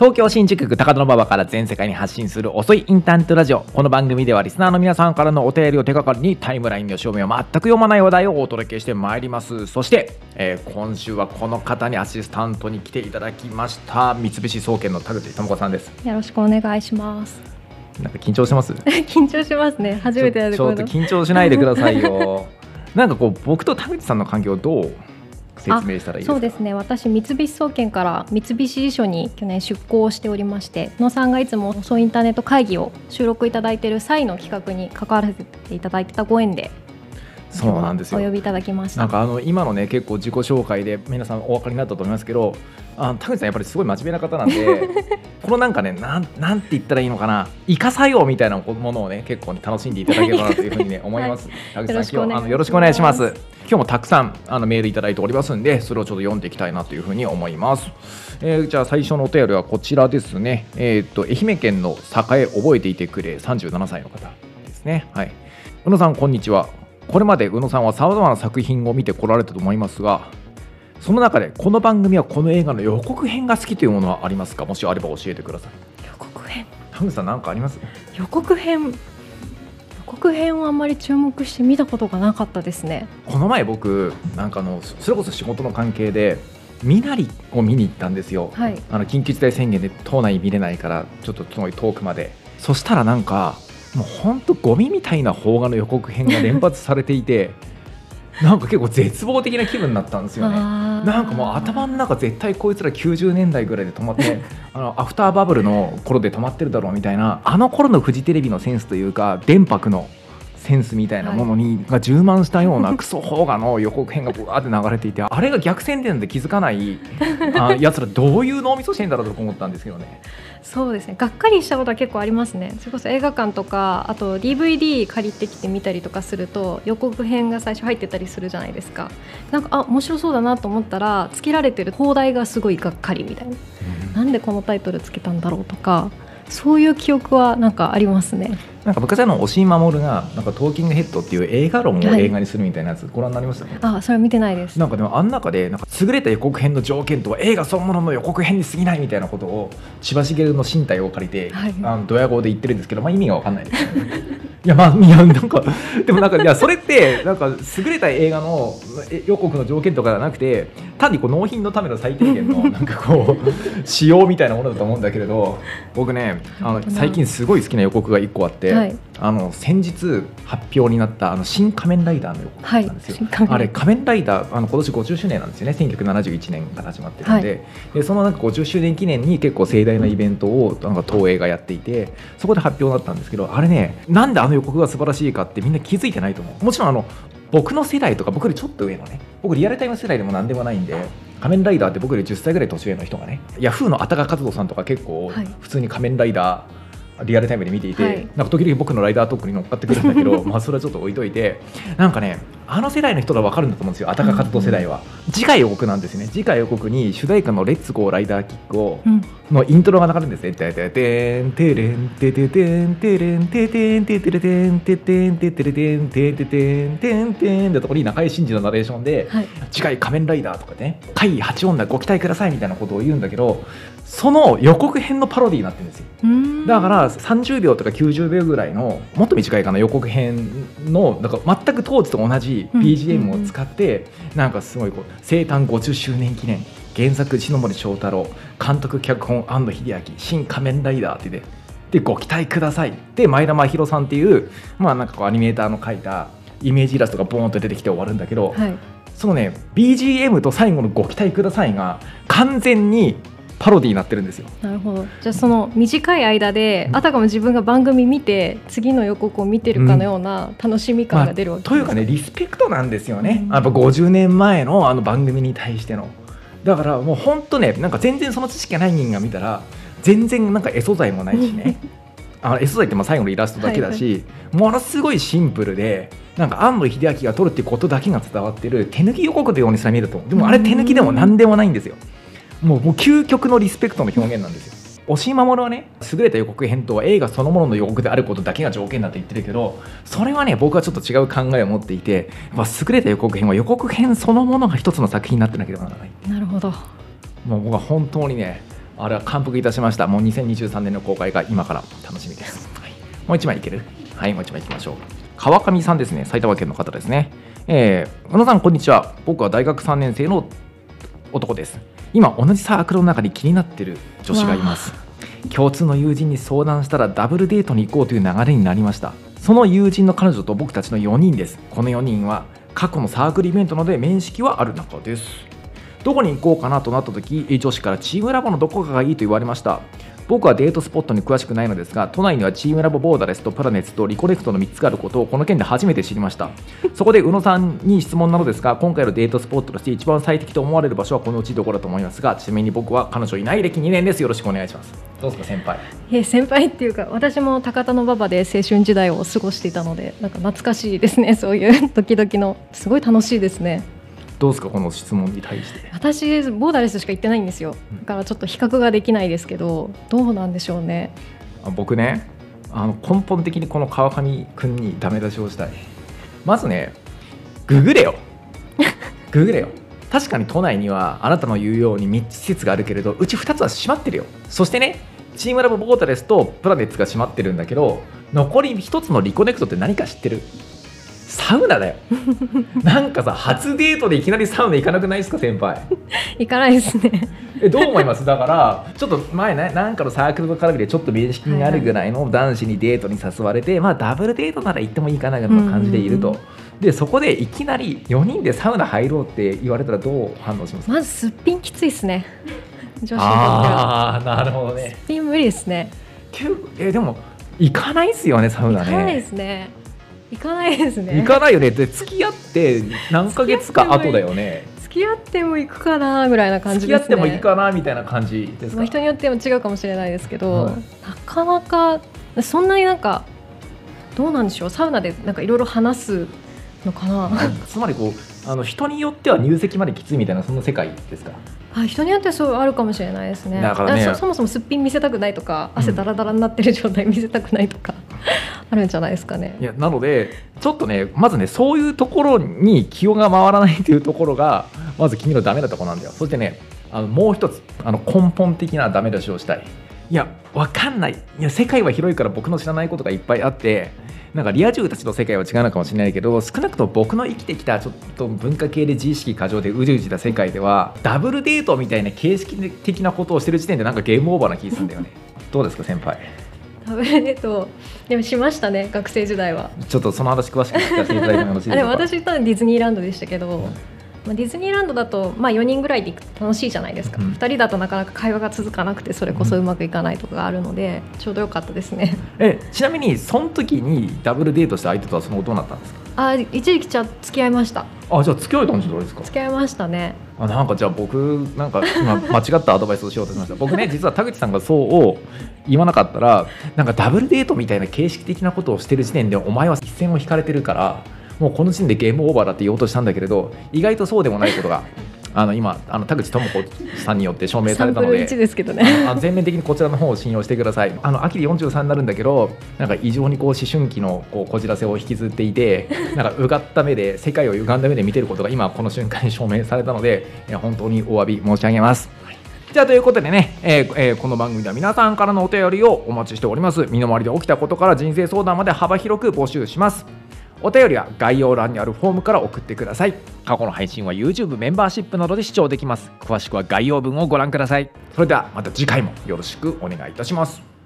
東京新宿区高田馬場から全世界に発信する遅いインターネットラジオ。この番組ではリスナーの皆さんからのお便りを手がかりにタイムラインの正面を全く読まない話題をお届けしてまいります。そして、今週はこの方にアシスタントに来ていただきました。三菱総研の田口智子さんです。 よろしくお願いします。 なんか緊張してます緊張しますね。初めてやるちょっと緊張しないでくださいよなんかこう僕と田口さんの関係をどう説明したらいいですか？ そうですね、私三菱総研から三菱地所に去年出向しておりまして、野さんがいつも遅いインターネット会議を収録いただいている際の企画に関わらせていただいたご縁で、 そうなんですよ。 お呼びいただきました。 なんか今のね結構自己紹介で皆さんお分かりになったと思いますけど、田口さんやっぱりすごい真面目な方なんでこのなんかねなんて言ったらいいのかな、イカ作用みたいなものをね結構、楽しんでいただければなというふうにね思います、はい、田口さん今日よろしくお願いします。今日もたくさんメールいただいておりますんで、それをちょっと読んでいきたいなというふうに思います。じゃあ最初のお便りはこちらですね。愛媛県の栄覚えていてくれ37歳の方ですね。はい、宇野さんこんにちは。これまで宇野さんはさまざまな作品を見てこられたと思いますが、その中でこの番組はこの映画の予告編が好きというものはありますか？もしあれば教えてください。 予告編、 田口さん何かあります？ 予告編はあんまり注目して見たことがなかったですね。 この前僕なんかそれこそ仕事の関係でミナリを見に行ったんですよ、はい、緊急事態宣言で島内見れないからちょっとすごい遠くまで。そしたらなんかもうほんとゴミみたいな邦画の予告編が連発されていてなんか結構絶望的な気分になったんですよね。なんかもう頭の中絶対こいつら90年代ぐらいで止まってアフターバブルの頃で止まってるだろうみたいな、あの頃のフジテレビのセンスというか電波のセンスみたいなものが充満したようなクソ邦画の予告編がブワーって流れていて、あれが逆宣伝で気づかないやつらどういう脳みそしてんだろうと思ったんですけどね。 そうですね、がっかりしたことは結構ありますね。それこそ映画館とかあと DVD 借りてきてみたりとかすると予告編が最初入ってたりするじゃないですか。なんか面白そうだなと思ったらつけられてる放題がすごいがっかりみたいな、なんでこのタイトルつけたんだろうとか、そういう記憶はなんかありますね。 なんか昔押井守がなんかトーキングヘッドっていう映画論を映画にするみたいなやつ、ご覧になりましたね。 あ、それは見てないです。 なんかでもあん中でなんか優れた予告編の条件とは映画そのものの予告編に過ぎないみたいなことを千葉茂の身体を借りて、はい、ドヤ顔で言ってるんですけど、意味が分かんないですよねいやなんかでもなんかいやそれってなんか優れた映画の予告の条件とかじゃなくて、単に納品のための最低限のなんかこう仕様みたいなものだと思うんだけれど、僕ね最近すごい好きな予告が1個あって、はい、先日発表になった新仮面ライダーの予告なんですよ、はい、あれ仮面ライダー今年50周年なんですよね。1971年から始まってるんで、はい、でそのなんか50周年記念に結構盛大なイベントをなんか東映がやっていて、そこで発表だったんですけど、あれね、なんで予告が素晴らしいかってみんな気づいてないと思う。もちろん僕の世代とか僕よりちょっと上のね、僕リアルタイム世代でもなんでもないんで、仮面ライダーって僕より10歳ぐらい年上の人がね、ヤフーのあたか活動さんとか結構普通に仮面ライダーリアルタイムで見ていて、はい、なんか時々僕のライダートークに乗っかってくるんだけどそれはちょっと置いといて、なんかね世代の人は分かるんだと思うんですよ。あたか活動世代は、次回予告なんですね。次回予告に主題歌のレッツゴーライダーキックを、のイントロが流れるんですね。テテンテレンテテテンテレンテテンテテレテンテテンテテレテンテテテンテンテンってところに中井真嗣のナレーションで、次回仮面ライダーとかね、怪異8女ご期待くださいみたいなことを言うんだけど、その予告編のパロディになってるんですよ。だから30秒とか90秒ぐらいのもっと短いかな予告編のなんか全く当時と同じ BGM を使って、なんかすごいこう生誕50周年記念、原作篠森章太郎、監督脚本庵野秀明、新仮面ライダーってでご期待くださいで前田真宏さんっていう、なんかこうアニメーターの描いたイメージイラストがボーンと出てきて終わるんだけど、はい、そのね BGM と最後のご期待くださいが完全にパロディになってるんですよ。 なるほど。じゃあその短い間であたかも自分が番組見て次の予告を見てるかのような楽しみ感が出るわけです、 というかねリスペクトなんですよね、やっぱ50年前の番組に対しての。だからもう本当ね、なんか全然その知識がない人が見たら全然なんか絵素材もないしね絵素材って最後のイラストだけだし、ものすごいシンプルで、なんか庵野秀明が撮るっていうことだけが伝わってる手抜き予告のようにすら見えると思う。でもあれ手抜きでも何でもないんですよ。もう究極のリスペクトの表現なんですよ。押井守はね、優れた予告編とは映画そのものの予告であることだけが条件だと言ってるけど、それはね僕はちょっと違う考えを持っていて、優れた予告編は予告編そのものが一つの作品になってなければならない。 なるほど。 もう僕は本当にねあれは感服いたしました。もう2023年の公開が今から楽しみです。はい、もう1枚いける？はい、もう1枚いきましょう。川上さんですね。埼玉県の方ですね。宇野さんこんにちは。僕は大学3年生の男です。今同じサークルの中に気になっている女子がいます。共通の友人に相談したらダブルデートに行こうという流れになりました。その友人の彼女と僕たちの4人です。この4人は過去のサークルイベントなどで面識はある仲です。どこに行こうかなとなった時、女子からチームラボのどこかがいいと言われました。僕はデートスポットに詳しくないのですが、都内にはチームラボボーダレスとプラネッツとリコネクトの3つがあることをこの件で初めて知りました。そこで宇野さんに質問なのですが、今回のデートスポットとして一番最適と思われる場所はこのうちどころだと思いますが、ちなみに僕は彼女いない歴2年です。よろしくお願いします。どうですか先輩？ 先輩っていうか、私も高田馬場で青春時代を過ごしていたので、なんか懐かしいですね。そういう時々のすごい楽しいですね。 どうですかこの質問に対して？ 私ボーダレスしか行ってないんですよ。だからちょっと比較ができないですけど、どうなんでしょうね。 僕ね、根本的にこの川上くんにダメ出しをしたい。まずね、ググれよググれよ。確かに都内にはあなたの言うように3つ施設があるけれど、うち2つは閉まってるよ。そしてね、チームラボボーダレスとプラネッツが閉まってるんだけど、残り1つのリコネクトって何か知ってる？サウナだよなんかさ、初デートでいきなりサウナ行かなくないですか先輩？ 行かないですねどう思います？だからちょっと前ね、なんかのサークルの絡みでちょっと面識にあるぐらいの男子にデートに誘われて、まあダブルデートなら行ってもいいかなぐらいの感じでいると。でそこでいきなり4人でサウナ入ろうって言われたらどう反応しますか？ まずすっぴんきついですね。女子にとっては。 ああ、なるほどね。 すっぴん無理ですね。 でも行かないっすよね、サウナね。 行かないですね。行かないですね。 行かないよね。で付き合って何ヶ月か後だよね。 付き合っても行くかなぐらいな感じですね。 付き合っても行くかなみたいな感じですか？ 人によっても違うかもしれないですけど、なかなかそんなになんかどうなんでしょう。サウナでなんかいろいろ話すのかなつまりこう人によっては入籍まできついみたいな、そんな世界ですか？ 人によってはそうあるかもしれないですね。 だからね、 そもそもすっぴん見せたくないとか、汗だらだらになってる状態見せたくないとかあるんじゃないですかね。 いや、なのでちょっとね、まずね、そういうところに気が回らないというところがまず君のダメなところなんだよ。そしてね、もう一つ根本的なダメ出しをしたい。いや、わかんない。いや、世界は広いから僕の知らないことがいっぱいあって、なんかリア充たちの世界は違うのかもしれないけど、少なくとも僕の生きてきたちょっと文化系で自意識過剰でうじうじた世界では、ダブルデートみたいな形式的なことをしてる時点でなんかゲームオーバーな気がするんだよね。どうですか先輩？ ダブルデートでもしましたね、学生時代は。 ちょっとその話詳しく聞かせていただいてもよろしいですか？ でも私行ったのはディズニーランドでしたけど、ディズニーランドだと、4人ぐらいで行くと楽しいじゃないですか、2人だとなかなか会話が続かなくて、それこそうまくいかないとかがあるので、ちょうどよかったですね。 ちなみにその時にダブルデートした相手とはその後どうなったんですか？ 一時期付き合いました。 じゃあ付き合えたんじゃないですか？ 付き合いましたね。 なんかじゃあ僕なんか今間違ったアドバイスをしようとしました。僕ね、実は田口さんがそう言わなかったら、なんかダブルデートみたいな形式的なことをしてる時点でお前は一線を引かれてるから、もうこの時点でゲームオーバーだって言おうとしたんだけれど、意外とそうでもないことが今田口智子さんによって証明されたので、 サンプル1ですけどね、 全面的にこちらの方を信用してください。秋で43になるんだけど、なんか異常に思春期のこじらせを引きずっていて、なんかうがった目で世界を歪んだ目で見てることが今この瞬間に証明されたので、本当にお詫び申し上げます。じゃあということでね、この番組では皆さんからのお便りをお待ちしております。身の回りで起きたことから人生相談まで幅広く募集します。お便りは概要欄にあるフォームから送ってください。過去の配信は YouTube メンバーシップなどで視聴できます。詳しくは概要文をご覧ください。それではまた次回もよろしくお願いいたします。